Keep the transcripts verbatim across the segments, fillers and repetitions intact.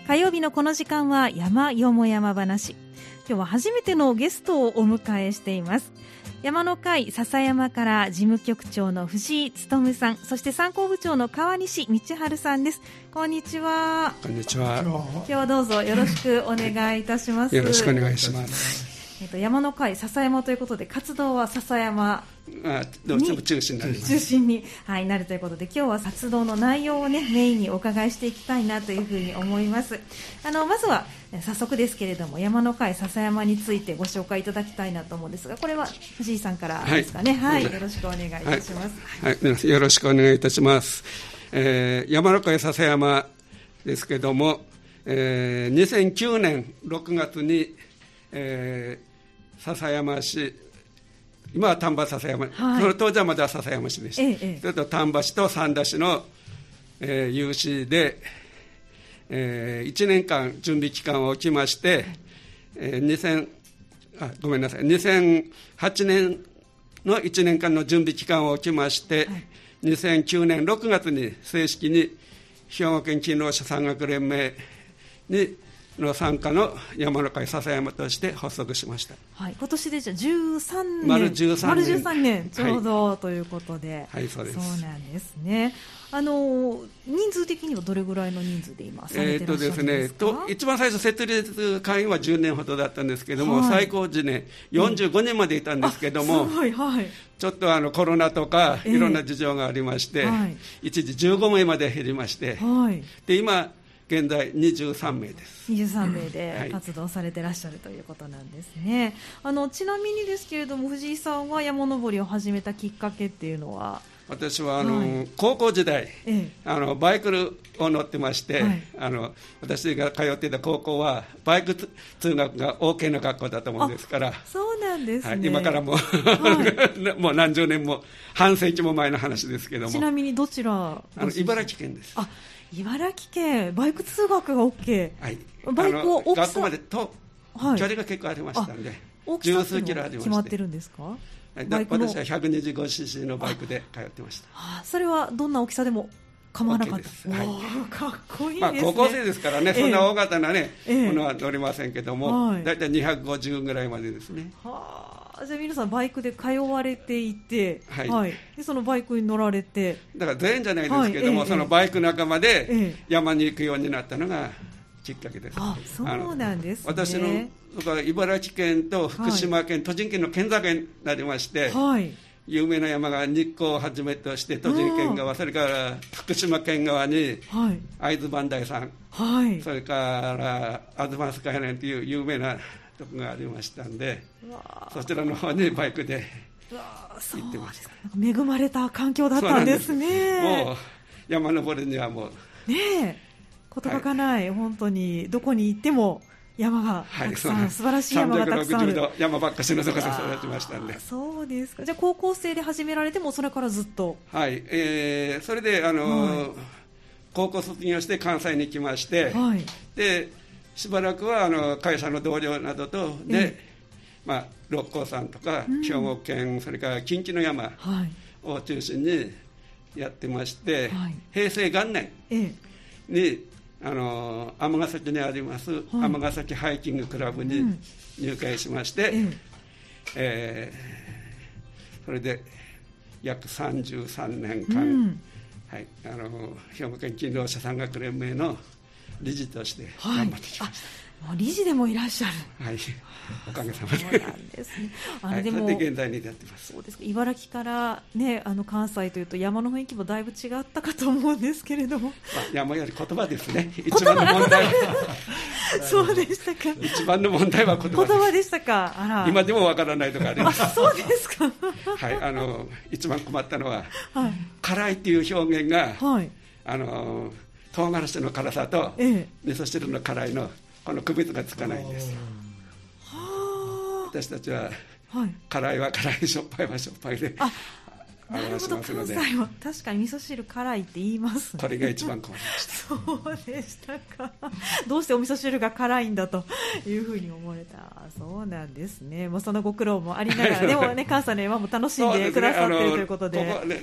火曜日のこの時間は山よも山話。今日は初めてのゲストをお迎えしています。山の会笹山から事務局長の藤井勉さん、そして参考部長の川西道春さんです。こんにちは。 こんにちは。 今日はどうぞよろしくお願いいたします。 よろしくお願いします。 えっと、山の会笹山ということで活動は笹山あどうしても中心になります。 中心に、はい、なるということで、今日は活動の内容を、ね、メインにお伺いしていきたいなというふうに思います。あのまずは早速ですけれども、山の会笹山についてご紹介いただきたいなと思うんですが、これは藤井さんからですかね。はい、はい、よろしくお願いいたします。 はい、はい、よろしくお願いいたします。えー、山の会笹山ですけれども、えー、にせんきゅうねんろくがつに、えー、笹山市、今は丹波笹山、はい、その当時はまだ笹山市でした、ええ、それと丹波市と三田市の、えー、有志で、えー、いちねんかん準備期間を置きまして、はい、えー、2000あごめんなさいにせんはちねんのいちねんかんの準備期間を置きまして、はい、にせんきゅうねんろくがつに正式に兵庫県勤労者山岳連盟にの参加の山の会笹山として発足しました。 はい、今年でじゃあじゅうさんねん、 丸じゅうさんねん、 丸じゅうさんねんちょうど、はい、ということで、 はい、そうです。 そうなんですね。あの人数的にはどれぐらいの人数で今されていらっしゃるんですか？えーとですね、 と一番最初設立会員はじゅうねんほどだったんですけども、はい、最高時ねよんじゅうごにんまでいたんですけども、 うん、すごい、はい、 ちょっとあのコロナとかいろんな事情がありまして、えーはい、一時じゅうごめいまで減りまして、はい、で今現在にじゅうさんめいです。 にじゅうさんめいで活動されてらっしゃるということなんですね。あのちなみにですけれども、藤井さんは山登りを始めたきっかけっていうのは？ 私はあの、はい、高校時代、ええ、あのバイクを乗ってまして、はい、あの私が通っていた高校はバイク通学が OK な学校だと思うんですから。 そうなんですね。 はい、今からも、はい、もう何十年も半世紀も前の話ですけども。 ちなみにどちら？ あの茨城県です。 あ、茨城県、バイク通学が OK、 はい、 バイクを大きさ学校までと距離が結構ありましたんで、 大きさっていうのは決まってるんですか？ バイクの私は ひゃくにじゅうごシーシー のバイクで通ってました。 ああ、それはどんな大きさでも構わなかった。 OK、はい、 かっこいいですね。 まあ、高校生ですからね、そんな大型な、ねええ、ものは乗りませんけども、はい、だいたいにひゃくごじゅうぐらいまでですね。 はあ、じゃあ皆さんバイクで通われていて、 はいはい、でそのバイクに乗られて、 だから全員じゃないですけども、はい、そのバイク仲間で山に行くようになったのがきっかけです。 あ、そうなんですね。 私の茨城県と福島県、はい、栃木県の県境になりまして、はい、有名な山が日光をはじめとして栃木県側、それから福島県側に会津磐梯山、はい、それから東スカイラインという有名なところがありましたんで、そちらの方にバイクで行ってました。 恵まれた環境だったんですね。 もう山登りにはもうねえ、言葉がない、はい、本当にどこに行っても山がたくさん、はい、素晴らしい山がたくさんある。 さんびゃくろくじゅうど山ばっかしのところで育ちましたんで。 そうですか。じゃあ高校生で始められてもそれからずっと。 はい、えー、それであの、はい、高校卒業して関西に来まして、はい、でしばらくはあの会社の同僚などとで、まあ、六甲山とか、うん、兵庫県、それから近畿の山を中心にやってまして、はい、平成元年にあの尼崎にあります尼、はい、崎ハイキングクラブに入会しまして、うん、えー、それで約さんじゅうさんねんかん、うん、はい、あの兵庫県勤労者山岳連盟の理事として頑張ってきました。 はい、理事でもいらっしゃる。 はい、おかげさまで。 そうなんですね。あの、はい、でもそれで現在にやってます。 そうですか。茨城からね、あの関西というと山の雰囲気もだいぶ違ったかと思うんですけれども、まあ、 山より言葉ですね。一番の問題はそうでしたか。 一番の問題は言葉です。 言葉でしたか。あら、 今でもわからないとかあります。 あ、そうですか。 はい、あの一番困ったのは、はい、辛いっていう表現が、はい、あの唐辛子の辛さと、ええ、味噌汁の辛いのこの区別がつかないんですよ。は私たちは、はい、辛いは辛い、しょっぱいはしょっぱいで表しますので。 関西は確かに味噌汁辛いって言いますね。 これが一番困りました。 そうでしたか。どうしてお味噌汁が辛いんだというふうに思われた。そうなんですね。もうそのご苦労もありながらでもね、関西の山も楽しんでくださっているということで。 ここね、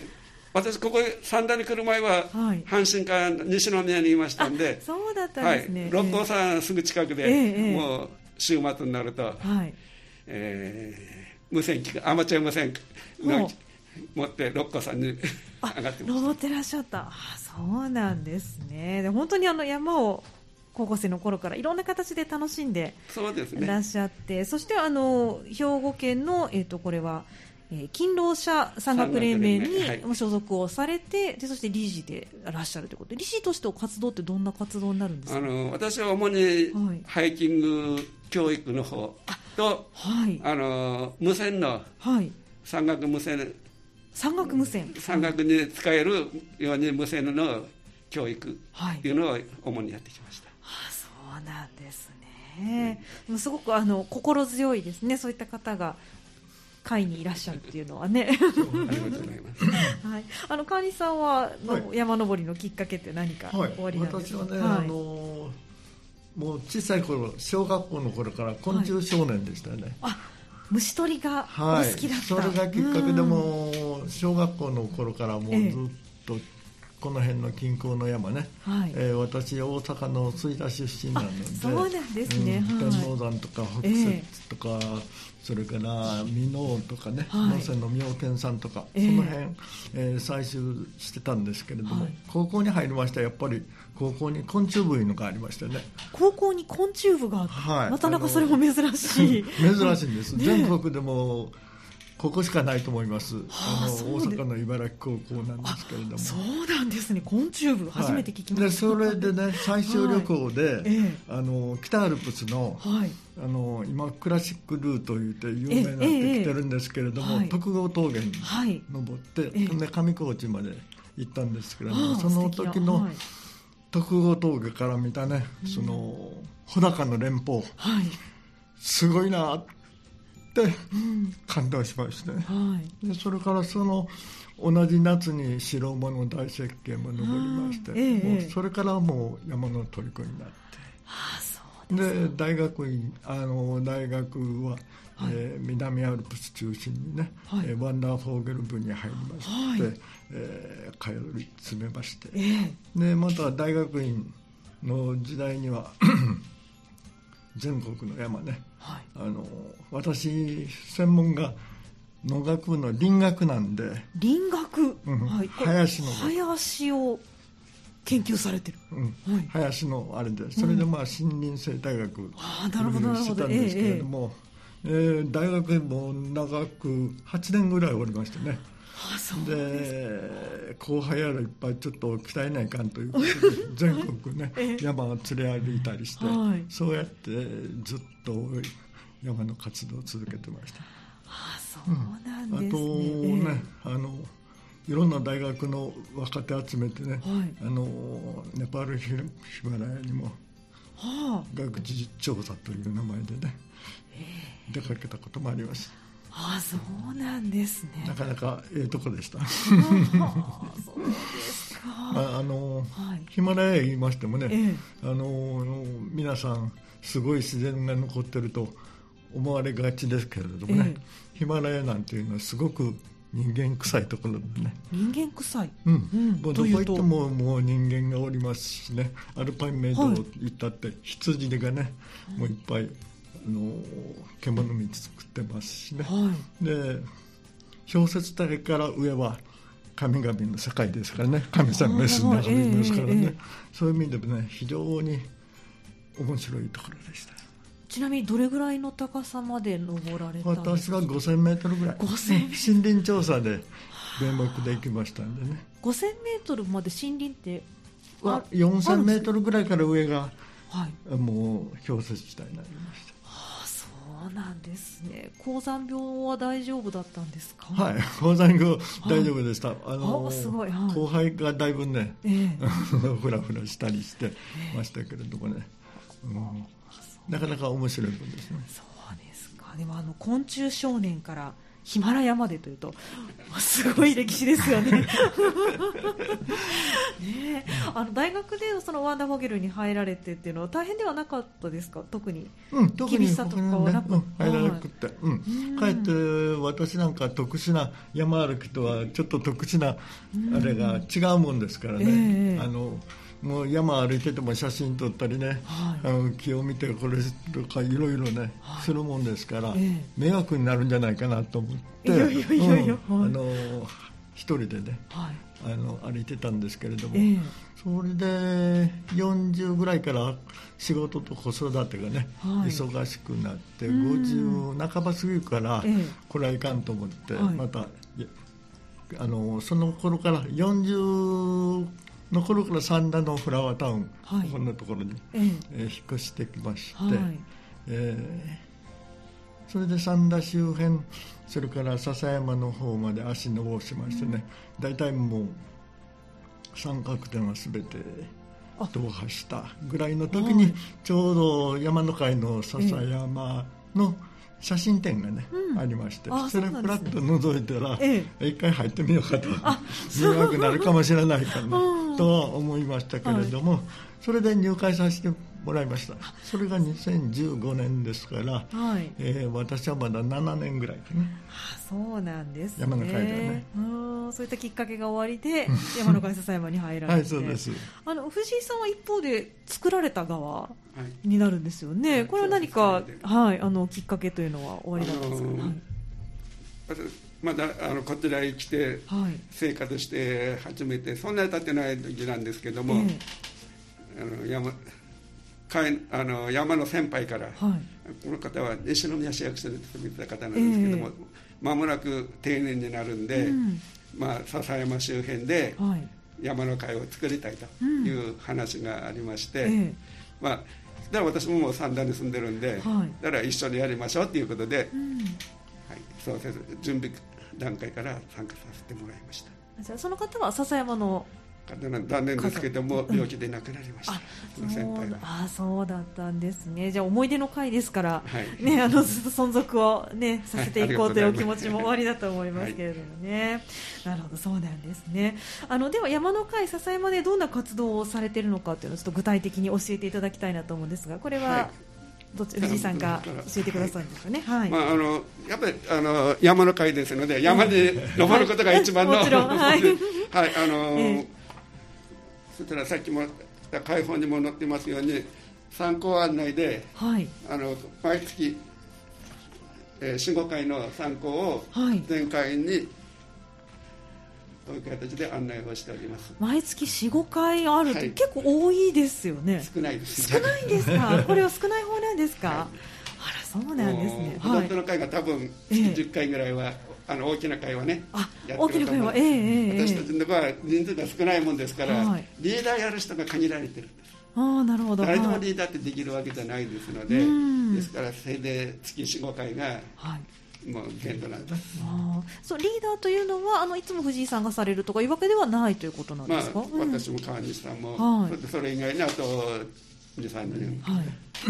私ここ三田に来る前は阪神か西宮にいましたんで、 そうだったんですね、 はい、六甲山すぐ近くで、えー、もう週末になると、はいえー、無線機アマチュア無線の持って六甲山に上がってました。 登ってらっしゃった。あ、そうなんですね。で本当にあの山を高校生の頃からいろんな形で楽しんでいらっしゃって、 そ, ね、そしてあの兵庫県の、えー、とこれはえー、勤労者山岳連盟に所属をされて、はい、でそして理事でいらっしゃるということで、理事としての活動ってどんな活動になるんですか？ あの私は主にハイキング教育の方と、はい、あの無線の、はい、山岳無線山岳無線山岳に使えるように無線の教育っていうのを主にやってきました。 はい、あ、そうなんですね、うん、すごくあの心強いですね、そういった方が会にいらっしゃるっていうのはね。ありがとうございます。はい、あの川西さんはの山登りのきっかけって何かおありなんですか？はい、私はね、はい、あのもう小さい頃、小学校の頃から昆虫少年でしたよね。はい、 あ、虫取りがお好きだった。 はい、それがきっかけでも小学校の頃からもうずっとこの辺の近郊の山ね、はいえー、私大阪の吹田出身なので、 そうなんですね、 うん、天王山とか北摂とか、えー、それから箕面とかね、能勢、はい、の妙見山とか、えー、その辺、えー、採集してたんですけれども、はい、高校に入りましたらやっぱり高校に昆虫部いうのがありましてね。 高校に昆虫部があって、はい、なかなかそれも珍しい珍しいんです、ね、全国でもここしかないと思います。あの大阪の茨城高校なんですけれども。 そうなんですね、昆虫部初めて聞きました。 はい、でそれでね、最終旅行で、はいええ、あの北アルプスの、はい、あの今クラシックルートいうて有名になってきてるんですけれども、えええ、徳郷峠に登って、はい、で上高地まで行ったんですけれども、その時の徳郷峠から見たね、その穂高の連峰、はい、すごいなってで感動しましたね、はい、でそれからその同じ夏に白馬の大雪渓も登りまして、ええ、もうそれからもう山の虜になって、 ああそうですで大学院あの大学は、はいえー、南アルプス中心にね、はいえー、ワンダーフォーゲル部に入りまして、はいえー、通い詰めまして、ええ、でまた大学院の時代には全国の山ね、はい、あの私専門が農学部の林学なんで林学、 うんはい、林の林を研究されてる、 うんはい、林のあれでそれでまあ森林生態学をしてたんですけれども、えーえー、大学も長くはちねんぐらいおりましてね、 ああそうで後輩やらいっぱいちょっと鍛えないかんということで全国ね山を連れ歩いたりして、はい、そうやってずっと山の活動を続けてました。 ああそうなんですね、 うん、あとね、えー、あのいろんな大学の若手集めてね、はい、あのネパールヒマラヤにも、はあ、学術調査という名前でね、えー、出かけたこともあります。 ああそうなんですね。 なかなかええとこでした。ああそうですか。 ああの、はい、ヒマラヤ言いましてもね、ええ、あの皆さんすごい自然が残ってると思われがちですけれどもね、ええ、ヒマラヤなんていうのはすごく人間臭いところでね。 人間臭い、 うんうん、もうどこ行ってももう人間がおりますしね、アルパインメイド行ったって、はい、羊がねもういっぱいあの獣道作ってますしね、はい、で氷雪帯から上は神々の世界ですからね、神様メスの中にいますからね、えーえー、そういう意味でもね非常に面白いところでした。 ちなみにどれぐらいの高さまで登られたんですか？ 私はごせんメートルぐらい。 ごせん森林調査で名目で行きましたんでね。 ごせんメートルまで森林ってはよんせんメートルぐらいから上が、はい、もう氷雪地帯になりました。 そうなんですね。高山病は大丈夫だったんですか？ はい、高山病大丈夫でした。はい、あのあすごい、はい、 後輩がだいぶね、えー、フラフラしたりしてましたけれどもね、えーうん、なかなか面白いことですね。 そうですか。でもあの昆虫少年からヒマラヤまでというとすごい歴史ですよね。ねえ、あの大学でそのワンダーフォゲルに入られてっていうのは大変ではなかったですか？特に厳しさとかはなく、 うん、入らなくて、うん、かえって私なんか特殊な山歩きとはちょっと特殊なあれが違うもんですからね、えー、あのもう山歩いてても写真撮ったりね、はい、あの木を見てこれとかいろいろね、はい、するもんですから、えー、迷惑になるんじゃないかなと思って一人でね、はい、あの歩いてたんですけれども、えー、それでよんじゅうぐらいから仕事と子育てがね、はい、忙しくなってごじゅう半ば過ぎるから、えー、これはいかんと思って、はい、またあのその頃からよんじゅうの頃から三田のフラワータウン、はい、こんなところに、えーえー、引っ越してきまして、はい、えー、それで三田周辺それから笹山の方まで足伸ばしましてね、うん、大体もう三角点は全て踏破したぐらいの時にちょうど山の会の笹山の写真展がね、うん、ありまして、それをプラッと覗いたら、ええ、一回入ってみようかと迷惑になるかもしれないかなとは思いましたけれども、はい、それで入会させてもらいました。それがにせんじゅうごねんですから、はい、えー、私はまだななねんぐらいかな。 あ、そうなんですね。 山の会ではね、 うん、そういったきっかけが終わりで山の会笹山に入られて、はい、そうです。あの藤井さんは一方で作られた側になるんですよね、はい、これは何か、はい、あのきっかけというのは終わりだったんですか？あのーはい、まだあのこちらへ来て生活して初めて、そんなに経ってない時なんですけども、ええ、あの 山, あの山の先輩から、はい、この方は西宮市役所で勤めてた方なんですけども、ええ、間もなく定年になるんで、うん、まあ、笹山周辺で山の会を作りたいという話がありまして、うん、ええ、まあ、だから私ももう三田に住んでるんで、はい、だから一緒にやりましょうということで、うん、はい、そうせず準備段階から参加させてもらいました。 じゃあその方は笹山の残念ですけども病気で亡くなりました、うん、その先輩は。 あ、そうだったんですね。じゃあ思い出の会ですから、はい、ね、あの存続を、ね、させていこうというお気持ちもおありだと思いますけれどもね、はい、なるほど、そうなんですね。あのでは山の会笹山でどんな活動をされているのかというのをちょっと具体的に教えていただきたいなと思うんですが、これは、はい、どっち藤井さんが教えてくださるんですかね。はい、まあ、あのやっぱりあの山の会ですので山で登ることが一番の、はい、もちろん、はい、はい、あの、えー、そしたらさっきも開放にも載ってますように参考案内で、はい、あの毎月、えー、よん、ごかいの参考を全会員にこういう形で案内をしております。 毎月 よん、ごかいあるって、はい、結構多いですよね。 少ないです。 少ないんですか？これは少ない方なんですか？はい、あら、そうなんですね。 ほとんどの会が多分月じゅっかいぐらいは、えー、あの大きな会はね、 あ、大きな会は、えーえー、 私たちのところは人数が少ないもんですから、はい、リーダーやる人が限られてるんです。 あ、なるほど。 誰でもリーダーってできるわけじゃないですので、はい、ですからせいぜい月よん、ごかいが、はい、もう限度なんです。あ、 そう、リーダーというのはあのいつも藤井さんがされるとかいうわけではないということなんですか？まあ、 うん、私も川西さんも、はい、それ以外にあとに、さんにん、はい、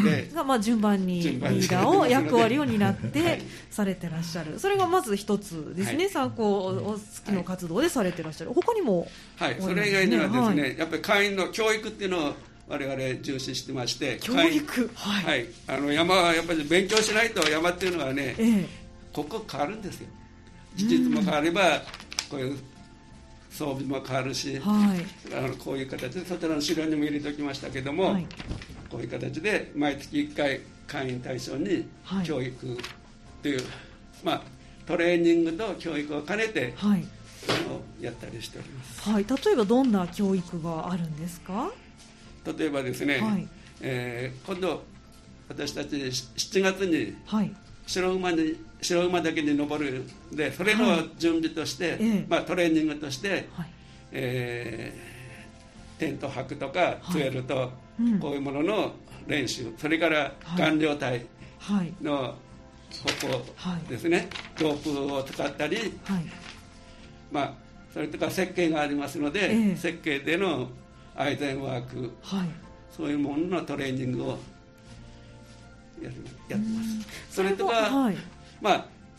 でが、まあ、順番にリーダーを役割を担ってされてらっしゃる、はい、それがまず一つですね、はい、参考を月の活動でされてらっしゃる、他にも、 はい、それ以外にはですね、はい、やっぱり会員の教育っていうのを我々重視してまして、 教育、 はいはい、あの山はやっぱり勉強しないと山っていうのはね、ええ、ここ変わるんですよ。事実も変わればこういう装備も変わるし、はい、あのこういう形でそちらの資料にも入れておきましたけども、はい、こういう形で毎月いっかい会員対象に教育という、はい、まあ、トレーニングと教育を兼ねて、はい、あのやったりしております、 はい、例えばどんな教育があるんですか？ 例えばですね、はい、えー、今度私たちしちがつに白馬に白馬岳に登るで、それの準備として、はい、まあ、トレーニングとして、はい、えー、テント泊とかツエルと、うん、こういうものの練習、それから顔料体の歩行ですね、はい、ロープを使ったり、はい、まあ、それとか設計がありますので、えー、設計でのアイゼンワーク、はい、そういうもののトレーニングをやってます。それとか、はい、まあ、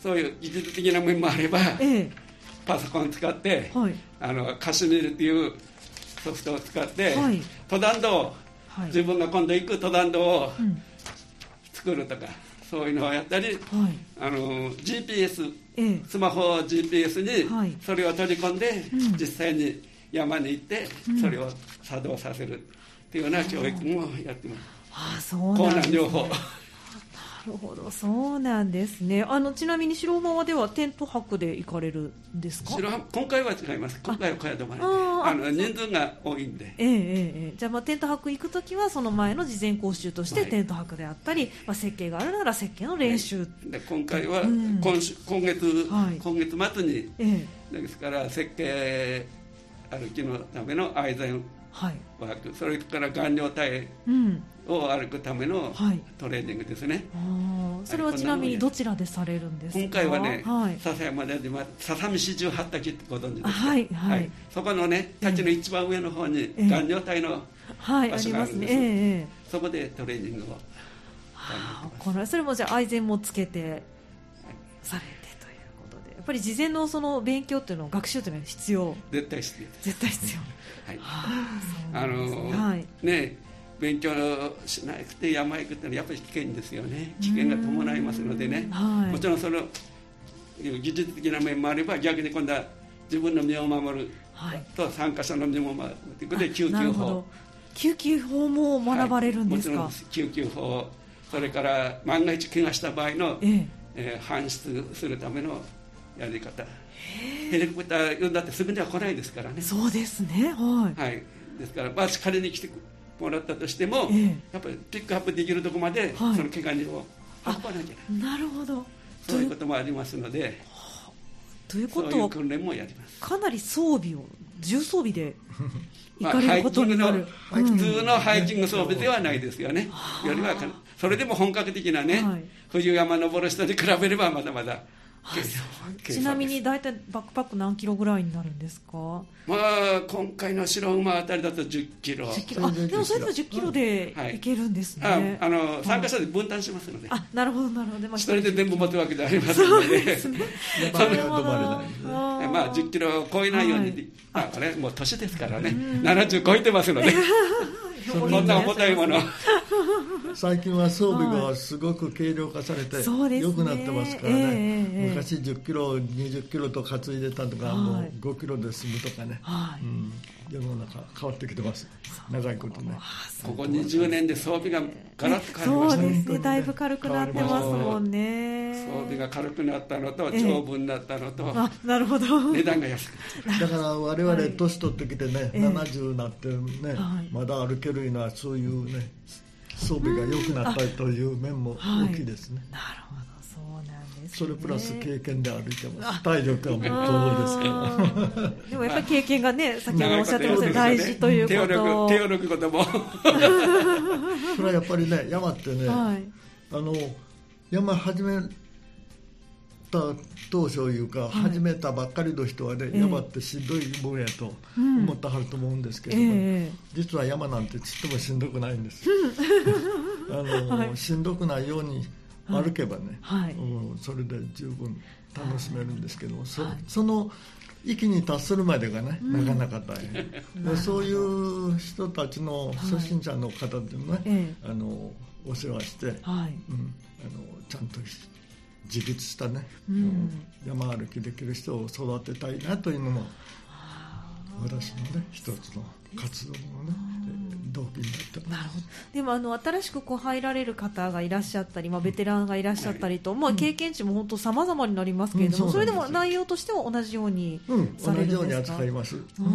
そういう技術的な面もあれば、ええ、パソコンを使って、はい、あのカシミールというソフトを使って、はい、登山道を、はい、自分が今度行く登山道を作るとか、うん、そういうのをやったり、はい、あの ジーピーエス、ええ、スマホを ジーピーエス にそれを取り込んで、うん、実際に山に行ってそれを作動させるっていうような教育もやってます。 ああ、そうなんですね。 高難療法。 なるほど、そうなんですね。あのちなみに白馬ではテント泊で行かれるんですか？ 白今回は違います。今回は小宿までで、ああの人数が多いんで、 ええええ、じゃあ、まあテント泊行くときはその前の事前講習としてテント泊であったり、はい、まあ、設計があるなら設計の練習、はい、 で今回は今週、うん、今月、はい、今月末に、ええ、ですから設計歩きのための愛禅ワーク、はい、それから顔料体を歩くためのトレーニングですね、 はい、あ、それはちなみにどちらでされるんですか？ 今回はね、はい、笹山で笹見四十八滝ってご存知ですか？はいはいはい、そこのね滝の一番上の方に顔料体の場所があるんです、えーはいね、そこでトレーニングを、 はあ、これそれもじゃあ愛禅もつけてされてということで、やっぱり事前のその勉強っていうの学習というのは必要？ 絶対必要です。 絶対必要はい、あの、はい、ね、勉強しなくて山へ行くってのはやっぱり危険ですよね。危険が伴いますのでね、はい、もちろんその技術的な面もあれば逆に今度は自分の身を守ると参加者の身を守るということで救急法、 救急法も学ばれるんですか？ はい、もちろん救急法、それから万が一怪我した場合の、えええー、搬出するためのやり方、ヘリコプター呼んだってすぐには来ないですからね。 そうですね、はい、 はい、ですから、まあ、仮に来てもらったとしても、ええ、やっぱりピックアップできるところまで、はい、その怪我人を運ばなきゃいけない。 なるほど。 そういうこともありますので、 ということはそういう訓練もやります。 かなり装備を重装備で行かれることになる、 まあ、普通のハイキング装備ではないですよね、うん、よりはそれでも本格的なね、はい、冬山登る人に比べればまだまだ。 ちなみに大体バックパック何キロぐらいになるんですか？ まあ、今回の白馬あたりだとじゅっキロ。じゅっキロ、あ、でもそれでもじゅっキロで行けるんですね、はい、 ああの参加者で分担しますので、 あ、なるほどなるほど、 まあ、一人で全部持つわけではありませんので、そうですねそれはまあじゅっキロを超えないように、はい、あ、あれもう年ですからね、ななじゅう超えてますのでそんな重たいもの最近は装備がすごく軽量化されて良くなってますからね、えー、昔じゅっキロにじゅっキロと担いでたとか、はい、もうごキロで済むとかね、はい、うん、世の中変わってきてます、長いことね。 ここにじゅうねんで装備がガラッと変わりましたね。 そうですね、だいぶ軽くなってますもんね。 装備が軽くなったのと丈夫になったのと、えー、 あ、なるほど、 値段が安くなった。 だから我々年取ってきてね、はい、ななじゅうになってね、はい、まだ歩けるようなそういうね装備が良くなったという面も大きいですね、 はい、なるほど、そうなんですね。 それプラス経験で歩いてます。体力はもう遠いですけどでもやっぱり経験がね、先ほどおっしゃってました大事ということを手を抜くこともそれはやっぱりね、山ってね、はい、あの山始めた当初いうか、はい、始めたばっかりの人はね、えー、山ってしんどい分野と思ってはると思うんですけど、うんえー、実は山なんてちっともしんどくないんですあの、はい、しんどくないように歩けばね、はい、うん、それで十分楽しめるんですけども、はい、そ, その域に達するまでがね、うん、なかなか大変で、そういう人たちの初心者の方でもね、はい、あのお世話して、はい、うん、あのちゃんと自立したね、うん、山歩きできる人を育てたいなというのも私のね一つの活動のね動機になってます。 なるほど。でもあの新しくこう入られる方がいらっしゃったり、まあ、ベテランがいらっしゃったりと、うん、まあ、経験値も本当様々になりますけれども、うん、それでも内容としては同じようにされるんですか？うん、同じように扱います。うん、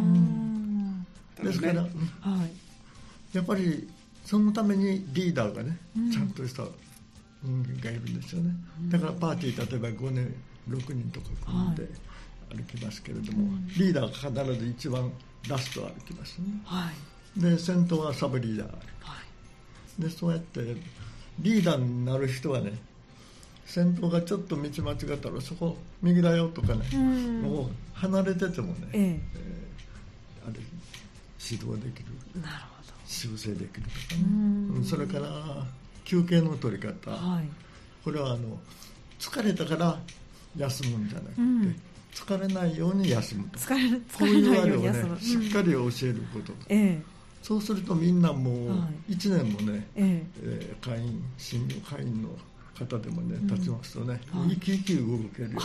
ですから、ね、はい、やっぱりそのためにリーダーがね、うん、ちゃんとした人間がいるんですよね。だからパーティー、例えばごにんろくにんとか組んで歩きますけれども、はい、リーダーが必ず一番ラスト歩きますね、はい、で先頭はサブリーダー、はい、でそうやってリーダーになる人はね、先頭がちょっと道間違ったらそこ右だよとかね、うん、もう離れててもね、えええー、あれ指導できる、なるほど、修正できるとかね、うん、それから休憩の取り方、はい、これはあの疲れたから休むんじゃなくて、うん、疲れないように休むと、 疲れ、 こういうあれをね、しっかり教えること、うん、ええ、そうするとみんなもういちねんもね、えええー、会員新入会員の方でもね立ちますとね、うん、生き生き動けるようになります。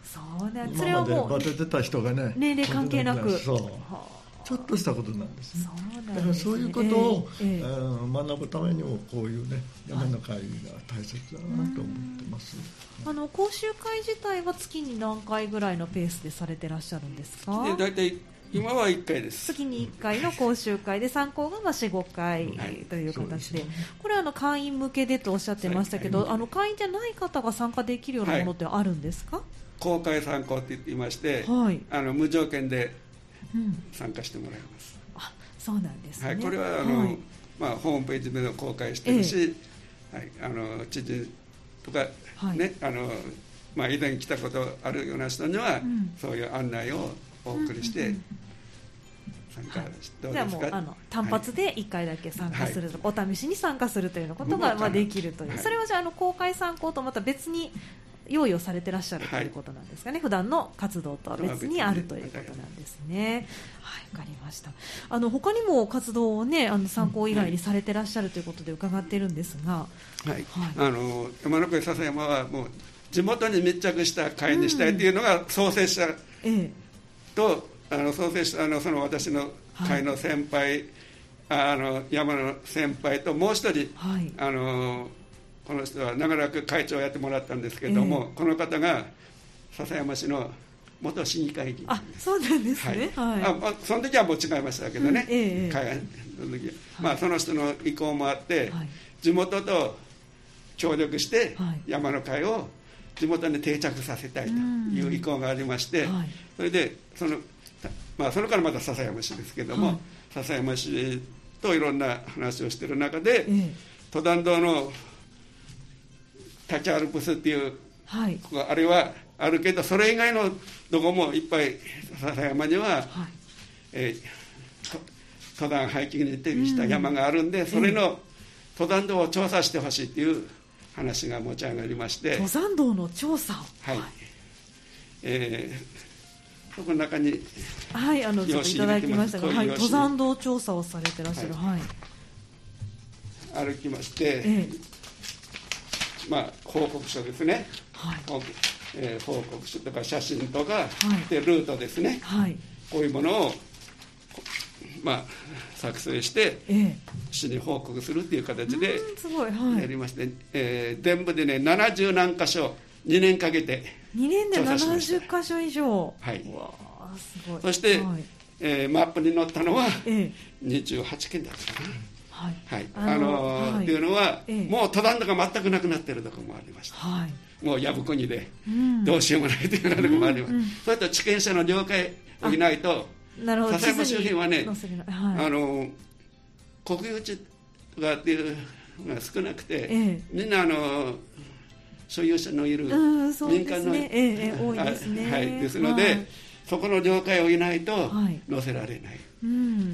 そうね、 今までバテてた人がね、 年齢関係なく、 そうちょっとしたことなんですね。そうなんですね。だからそういうことを、えーえー、学ぶためにもこういうね山の会が大切だなと思ってます。 あの講習会自体は月に何回ぐらいのペースでされてらっしゃるんですか？ だいたい今はいっかいです。 月にいっかいの講習会で参考がまあ よん、ごかいという形で、はい、これはあの会員向けでとおっしゃってましたけど、はい、あの会員じゃない方が参加できるようなものってあるんですか？はい、 公開参考って言いまして、はい、あの無条件で参加してもらいます。 うん、あ、そうなんですね。 はい、これはあの、はい、まあ、ホームページでも公開してるし、ええ、はい、あの知事とか、はいね、あのまあ、以前来たことあるような人には、うん、そういう案内をお送りして、うんうんうん、参加どうですか？ じゃあもうあの単発でいっかいだけ参加すると、はい、お試しに参加するということがまあできるという、はい、それはじゃあ、あの公開参考とまた別に用意をされてらっしゃるということなんですかね、はい、普段の活動とは別にあるということなんですね。はい、わかりました。あの他にも活動をね、あの参考以外にされてらっしゃるということで伺っているんですが、 はいはい、あの山の声笹山はもう地元に密着した会にしたいというのが創設者と、うん、あの創設者のその私の会の先輩、はい、あの山の先輩ともう一人、はい、あのこの人は長らく会長をやってもらったんですけれども、えー、この方が笹山市の元市議会議員です。 あ、そうなんですね。はいはい、 あ、その時はもう違いましたけどね、うん、えー、会の時は、はい、まあ、その人の意向もあって、はい、地元と協力して山の会を地元に定着させたいという意向がありまして、はい、それでその、まあ、それからまた笹山市ですけども、はい、笹山市といろんな話をしている中で、えー、登山道の立ちアルプスっていう、はい、あれはあるけど、それ以外のどこもいっぱい笹山には、はい、えー、登山ハイキングに適した山があるんで、うん、それの登山道を調査してほしいっていう話が持ち上がりまして、 登山道の調査を、 はい、えー、そこの中に、 はい、あのちょっといただきましたが、はい、登山道調査をされてらっしゃる、はいはい、歩きまして、えーまあ、報告書ですね、はい、えー、報告書とか写真とか、はい、でルートですね、はい、こういうものを、まあ、作成して、ええ、市に報告するっていう形でやりまして、はい、えー、全部でねななじゅうなんか所にねんかけてにねんでななじゅっかしょ以上、 はい、 うわすごい。 そして、はい、えー、マップに載ったのはにじゅうはちけんだったかな、はいはい、あのーはい、っていうのは、ええ、もう登山道が全くなくなっているところもありました、はい、もうやぶこにで、うん、どうしようもないというようなところもあります、うんうん、それと地権者の了解を得ないと、笹山周辺はね、はい、あの国有地とかっていうのが少なくて、ええ、みんなあの所有者のいる、うん、民間の、 ねええ、多いですね、 はい、ですので、はい、そこの了解を得ないと載せられない、はい、うん、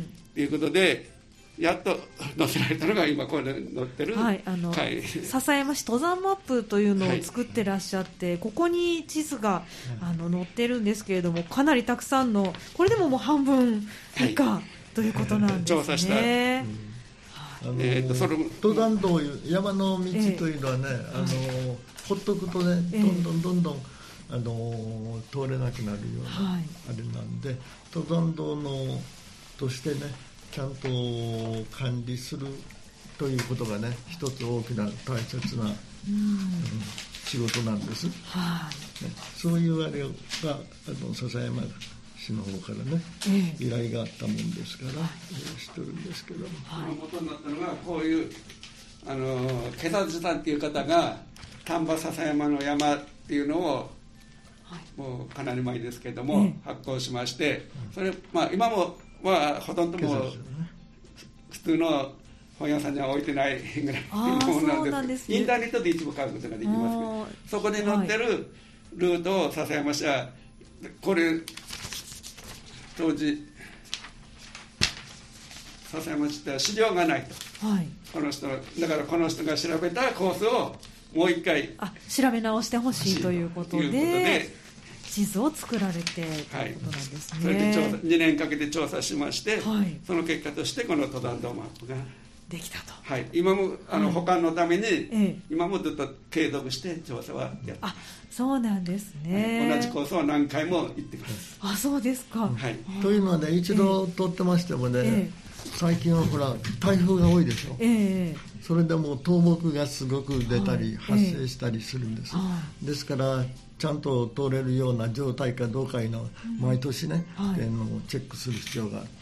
ということでやっと載せられたのが今これ載ってる、はい、あの笹山市登山マップというのを作ってらっしゃって、はい、ここに地図があの載ってるんですけれども、かなりたくさんの、これでももう半分以下、はい、ということなんですね。調査した、うん、 あのーえー、とそれ登山道、山の道というのはね、えー、あのー、ほっとくとね、どんどんどんどん、あのー、通れなくなるような、はい、あれなんで、登山道のとしてねちゃんと管理するということがね一つ大きな大切な、うん、仕事なんです、はい、ね、そういうあれがあの笹山市の方からね、ええ、依頼があったもんですから、はい、知ってるんですけども、 はい、元になったのがこういうあの警察さんっていう方が丹波笹山の山っていうのを、はい、もうかなり前ですけれども、ええ、発行しまして、それ、まあ、今もまあ、ほとんどもう普通の本屋さんには置いてないぐらいのものなんですけど、インターネットで一部買うことができますけど、そこに載ってるルートを笹山市はこれ当時笹山市って資料がないと、はい、この人だからこの人が調べたコースをもう一回あ調べ直してほしいということで、で地図を作られてということなんですね。 それで調査にねんかけて調査しまして、 はい、 その結果としてこの登山道マップができたと、 はい、今もあの、はい、保管のために、ええ、今もずっと継続して調査はやってます。 あ、そうなんですね、 はい、同じコースを何回も行ってます。 あ、そうですか、 はい、 というのはね、一度通ってましてもね、ええ、最近はほら台風が多いでしょ、ええ、それでも倒木がすごく出たり、はい、発生したりするんです、ええ、ですからちゃんと通れるような状態かどうかいうのを毎年ね、うん、はい、チェックする必要があって、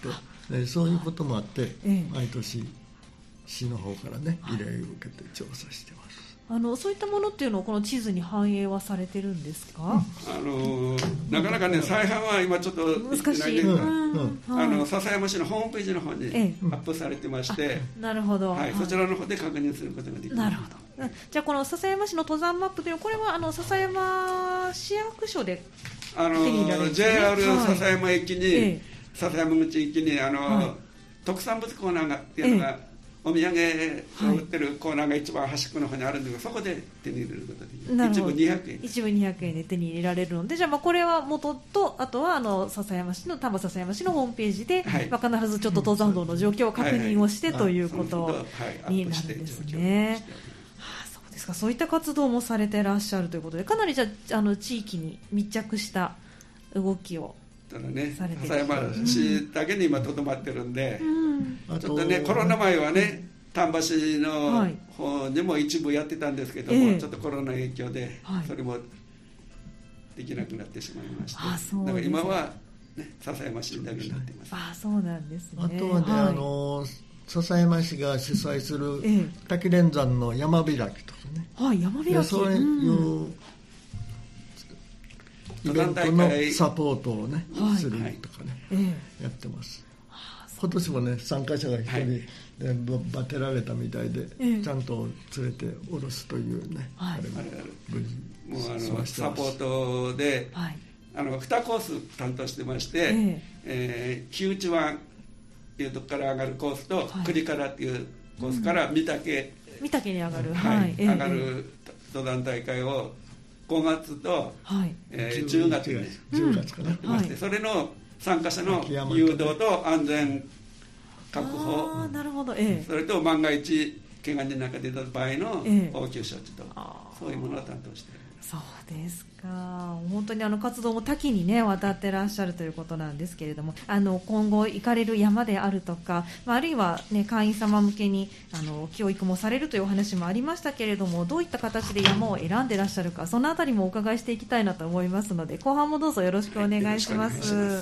でそういうこともあって、ええ、毎年市の方からね依頼を受けて調査してます。 あのそういったものっていうのをこの地図に反映はされてるんですか？うん、 あのなかなかね再販は今ちょっと難しい、うんうん、 あの笹山市のホームページの方にアップされてまして、ええ、 なるほど、 はい、そちらの方で確認することができます。 なるほど。じゃあこの笹山市の登山マップというのはこれはあの笹山市役所であの ジェイアール 笹山駅に、はい、笹山口駅にあの、はい、特産物コーナーがっていうのが、ええ、お土産を売ってるコーナーが一番端っこの方にあるんですけど、そこで手に入れることできる。一部にひゃくえん。 一部にひゃくえんで手に入れられるので、じゃあまあこれは元と、あとはあの笹山市の丹波笹山市のホームページで、はい、まあ、必ずちょっと登山道の状況を確認をして、はいはい、ということになるんですね。はあ、そうですか。そういった活動もされてらっしゃるということで、かなりじゃあ、あの地域に密着した動きをただね、笹山市だけに今とどまってるんで、 うん、 ちょっとねコロナ前はね丹波市の方にも一部やってたんですけども、はい、ちょっとコロナ影響でそれもできなくなってしまいまして、はい、だから今は、ね、笹山市だけになっています。 あ、そうなんですね。 あとはね、はい、あの笹山市が主催する滝連山の山開きとかね、 はい、山開き、 そういう、うん、イベントのサポートをね、はい、するとかね、はい、やってます。今年もね参加者が一人、はい、バテられたみたいで、えー、ちゃんと連れて下ろすというね、はい、あれも無事もうあのサポートで、はい、あのにコース担当してまして、えーえー、木内湾っていうとこから上がるコースと、はい、栗からっていうコースから御嶽、 御嶽に上がる、 はいはい、上がる登山大会をごがつと、はいえー、じゅうがつにじゅうがつかな、 うんはい、それの参加者の誘導と安全確保、 あ、なるほど、ええ、 それと万が一怪我人なんか出た場合の応急処置と、ええ、そういうものを担当しています。 そうですか。本当にあの活動も多岐にね渡ってらっしゃるということなんですけれども、あの今後行かれる山であるとか、あるいは、ね、会員様向けにあの教育もされるというお話もありましたけれども、どういった形で山を選んでらっしゃるか、そのあたりもお伺いしていきたいなと思いますので、後半もどうぞよろしくお願いします。はい、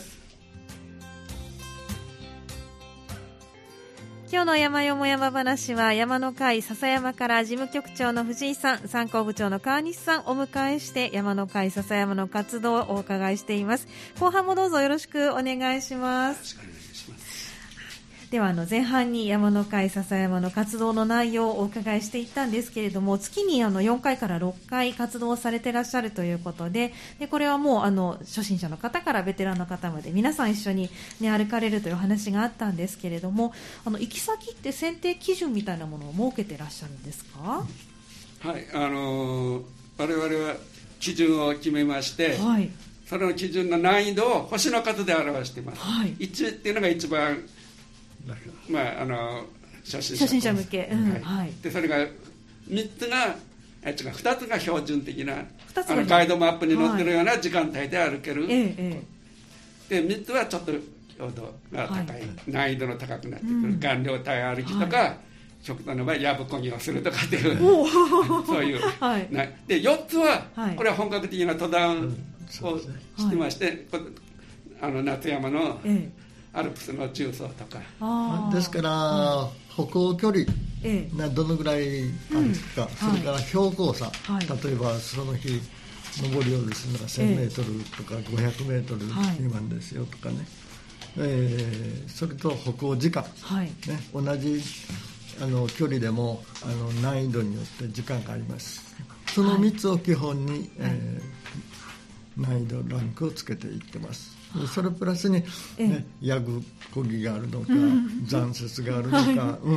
今日の山よも山話は山の会笹山から事務局長の藤井さん、参考部長の川西さんをお迎えして山の会笹山の活動をお伺いしています。後半もどうぞよろしくお願いします。 よろしくお願いします。 ではあの前半に山の会笹山の活動の内容をお伺いしていったんですけれども、月にあのよんかいからろっかい活動をされていらっしゃるということで、でこれはもうあの初心者の方からベテランの方まで皆さん一緒に、ね、歩かれるという話があったんですけれども、あの行き先って選定基準みたいなものを設けていらっしゃるんですか？ はい、あのー、我々は基準を決めまして、はい、その基準の難易度を星の数で表しています。はい、いちっていうのが一番まあ、あの初心者、 初心者向け、うんはいはい、でそれがみっつがえ違うふたつが標準的なあのガイドマップに載ってるような時間帯で歩ける、 はいええ、 でみっつはちょっと強度が高い、はい、難易度の高くなってくる、うん、顔料帯歩きとか、はい、極端な場合やぶこぎをするとかっていうそういう、はい、でよっつは、はい、これは本格的な登山をしてまして、はい、あの夏山の、ええアルプスの重曹とかですから、はい、歩行距離がどのぐらいあるか、うん、それから標高差、はい、例えばその日登り降りするのがせんメートルとかごひゃくメートル未満ですよとかね、はいえー、それと歩行時間、はいね、同じあの距離でもあの難易度によって時間があります。そのみっつを基本に、はいえー、難易度ランクをつけていってます。それプラスに、ね、やぶこぎがあるのか、うん、残雪があるのか、はいうん、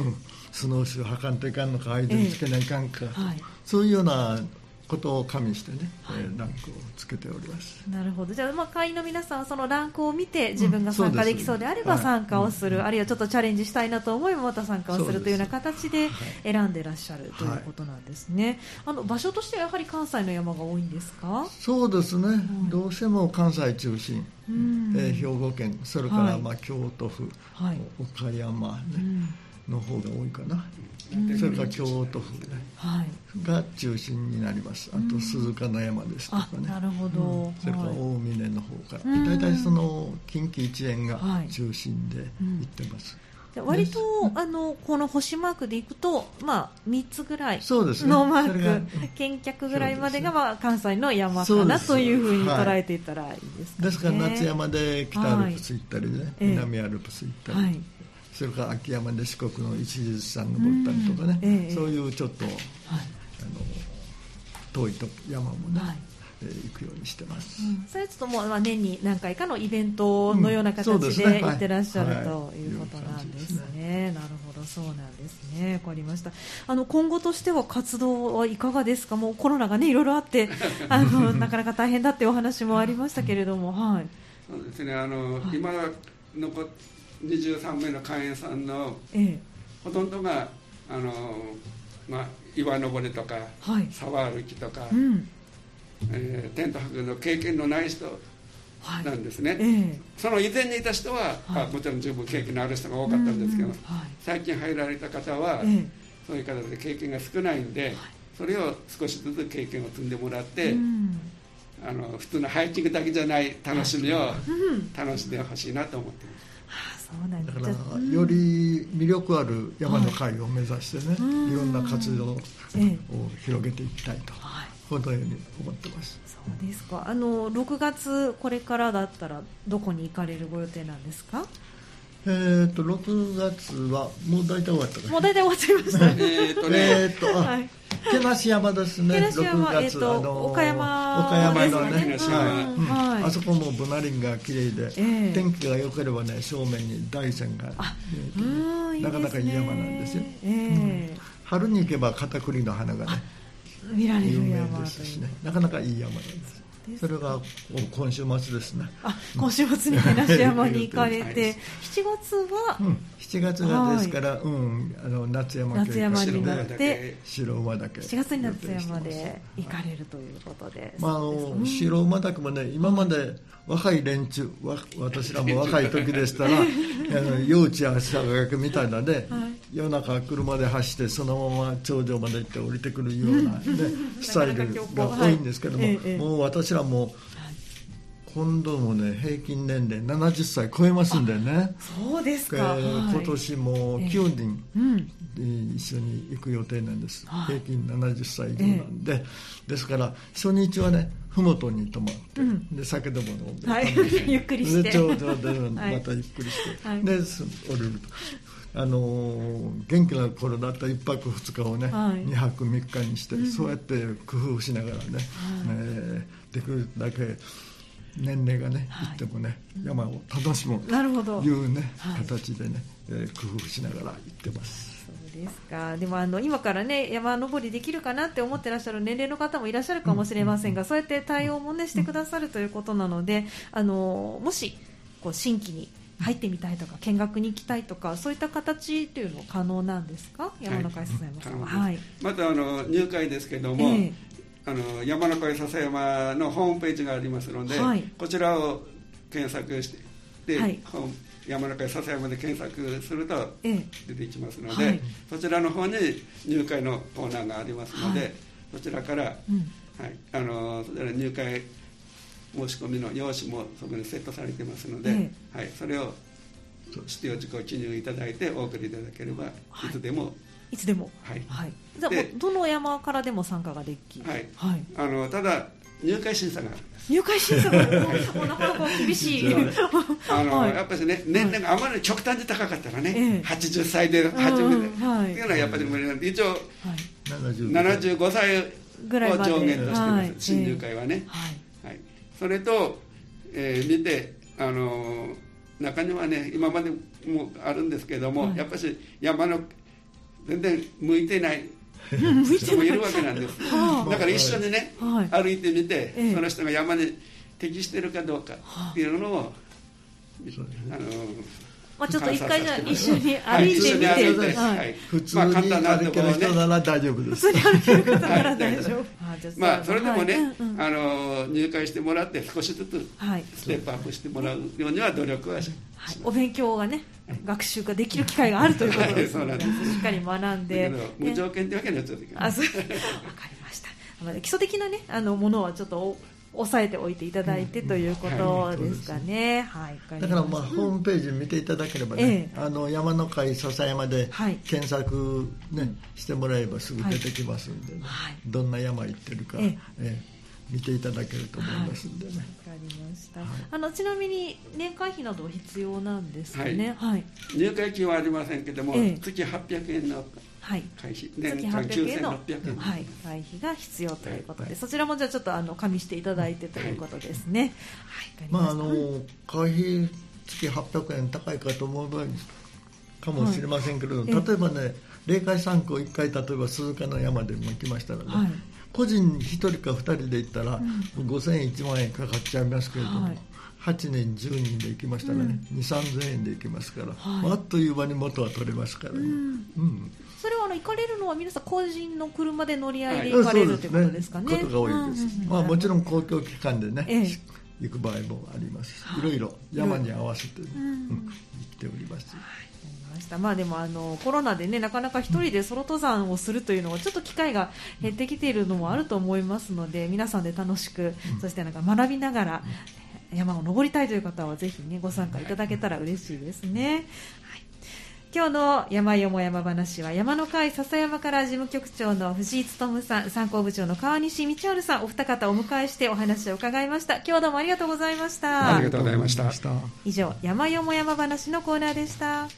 スノーシューはかんといかんのか、間につけないかんか、えーはい、そういうようなことを加味してね、はい、ランクをつけております。 なるほど。じゃあ、まあ、会員の皆さんはそのランクを見て自分が参加できそうであれば参加をする、うん、あるいはちょっとチャレンジしたいなと思いまた参加をするというような形で選んでらっしゃるということなんですね、はい、あの場所としてはやはり関西の山が多いんですか？ そうですね、うん、どうしても関西中心、うん、えー、兵庫県、それからまあ京都府、はい、岡山、ね、うん、の方が多いかな、うん、それから京都府、ね、はい、が中心になります。あと鈴鹿の山ですとかね、 なるほど、 うん、それから大峰の方から、大体その近畿一円が中心で行ってます、 はい、うん、割とあのこの星マークでいくと、まあ、みっつぐらいのマーク、見客ぐらいまでが、まあ、関西の山かなというふうに捉えていったらいいですかね。 ですから夏山で北アルプス行ったりね、はい、南アルプス行ったり、はい、それから秋山で四国の一日山登ったりとかね、ええ、そういうちょっと、はい、あの遠いと山もね、はい、えー、行くようにしてます、うん、 それはちょっともう、まあ、年に何回かのイベントのような形で行ってらっしゃる、うん、ということなんですね。なるほど、そうなんですね。わかりました。あの今後としては活動はいかがですか？もうコロナがねいろいろあってあのなかなか大変だっていうお話もありましたけれども、はい、 そうですね、あの、はい、今のにじゅうさんめいの会員さんの、ええ、ほとんどがあの、まあ、岩登りとか、はい、沢歩きとか、うん、えー、テント泊の経験のない人なんですね、はい、ええ、その以前にいた人は、はい、あもちろん十分経験のある人が多かったんですけど、うんうん、はい、最近入られた方は、ええ、そういう形で経験が少ないんで、はい、それを少しずつ経験を積んでもらって、うん、あの普通のハイキングだけじゃない楽しみを楽しんでほしいなと思っています。 そうなんだからより魅力ある山の会を目指してね、はい、いろんな活動を広げていきたいと、はい、このように思ってます。 そうですか。あのろくがつこれからだったらどこに行かれるご予定なんですか？ えー、とろくがつはもう大体終わったかもう大体終わっちゃいましたねえーとねえーとあ、はい、けなし山ですね。 ろくがつ、えーと、あのー、岡山岡山のね、 ですね、はい、うんはい、 あそこもブナ林が綺麗で、えー、天気が良ければね正面に大山が見えて、なかなかいい山なんですよ、えーうん、春に行けば片栗の花がね見られる山有名ですしね、なかなかいい山なんです。それが今週末ですね。 あ、今週末に嵐山に行かれてしちがつは、 うん、しちがつがですから、はい、うん、あの夏山夏山になって白馬岳しちがつに夏山で行かれるということで、 まあ、あの白馬岳もね今まで若い連中、わ私らも若い時でしたらあの幼稚や朝岳みたいなね、はい、夜中車で走ってそのまま頂上まで行って降りてくるような、ね、スタイルが多いんですけども、はいええ、もう私らも今度もね平均年齢ななじゅっさい超えますんでね。 そうですか、 えー、今年もきゅうにん、えーうん、一緒に行く予定なんです、はい、平均ななじゅっさい以上なんで、えー、ですから初日はねふもとに泊まって、うん、で酒でも飲んで、 はい、ゆっくりしてで頂上でまたゆっくりして、はい、で降りると。あのー、元気な頃だったいっぱくふつかをね、はい、にはくみっかにして、うん、そうやって工夫しながらね、はい、えー、できるだけ年齢がね、はい、行ってもね山を楽しむというね、はい、形でね、えー、工夫しながら行ってます。 そうですか。でもあの今からね山登りできるかなって思ってらっしゃる年齢の方もいらっしゃるかもしれませんが、うん、そうやって対応もねしてくださるということなので、あのもしこう新規に入ってみたいとか見学に行きたいとかそういった形というのは可能なんですか？山の会笹山さんは、はい、 またあの入会ですけども、えー、あの山の会笹山のホームページがありますので、はい、こちらを検索して、はい、山の会笹山で検索すると出てきますので、えーはい、そちらの方に入会のコーナーがありますので、はい、そちらから、うんはい、あのそちら入会申し込みの用紙もそこにセットされてますので、ええはい、それを必要事項を記入いただいてお送りいただければ、はい、いつでもいつでも、はいはい、じゃあどの山からでも参加ができる、はいはい、 あのただ入会審査があるんです。 入会審査があるもうなかなか厳しいあの、はい、やっぱりね年齢があまり極端に高かったらね、ええ、はちじゅっさいで初めて、うんはい、っていうのはやっぱり無理なんで一応、はい、ななじゅうごさいを上限としてます、はい、新入会はね、はいはい、それと、えー、見て、あのー、中にはね今までもあるんですけども、はい、やっぱり山の全然向いてない人もいるわけなんですだから一緒にね、はい、歩いてみて、ええ、その人が山に適しているかどうかっていうのを、はあ、あのまあ、ちょっと一回じゃ一緒に歩いてみて、はい、 はい、普通に歩ける人なら大丈夫です。 普通に歩ける方なら大丈夫。 まあそれでもね、はい、あの入会してもらって少しずつステップアップしてもらうようには努力はします。 はい、お勉強がね、学習ができる機会があるということですので、はい、そうなんです。しっかり学んで、 無条件というわけにはちょっといけない。あ、そう、わかりました。基礎的なね、あのものはちょっと押さえておいていただいてということですかね。はい、 だからまあホームページ見ていただければね、ええ、あの山の会笹山で検索、ね、はい、してもらえばすぐ出てきますんで、ね、はい、どんな山行ってるか、ええ、見ていただけると思いますんでね。 わ、はい、かりました。はい、あのちなみに年会費など必要なんですかね。はいはい、 入会金はありませんけども、ええ、月はっぴゃくえんのはい、 会費、 年間きゅうせんろっぴゃくえんの、はい、会費が必要ということで、はい、そちらもじゃあちょっとあの加味していただいてということですね。はい、 まああの会費月はっぴゃくえん高いかと思う場合かもしれませんけれど、はい、例えばね、霊界参考いっかい例えば鈴鹿の山でも行きましたらね、はい、個人ひとりかふたりで行ったら、うん、ごせんえんいちまんえんかかっちゃいますけれども、はい、はちねんじゅうにんで行きましたらね、うん、にせんさんぜんえんで行きますから、はい、あっという間に元は取れますからね。うんうん、それはあの行かれるのは皆さん個人の車で乗り合いで行かれるということですかね。 ことが多いです。うんうん、まあもちろん公共機関でね、ええ、行く場合もありますし、いろいろ山に合わせて、ね、うん、うん、行っております。はい、 まあ、でもあのコロナでね、なかなか一人でソロ登山をするというのはちょっと機会が減ってきているのもあると思いますので、皆さんで楽しく、うん、そしてなんか学びながら山を登りたいという方はぜひねご参加いただけたら嬉しいですね。はい、今日の山よも山話は山の会笹山から事務局長の藤井勉さん、参考部長の川西道春さん、お二方をお迎えしてお話を伺いました。今日はどうもありがとうございました。 ありがとうございました。 以上、山よも山話のコーナーでした。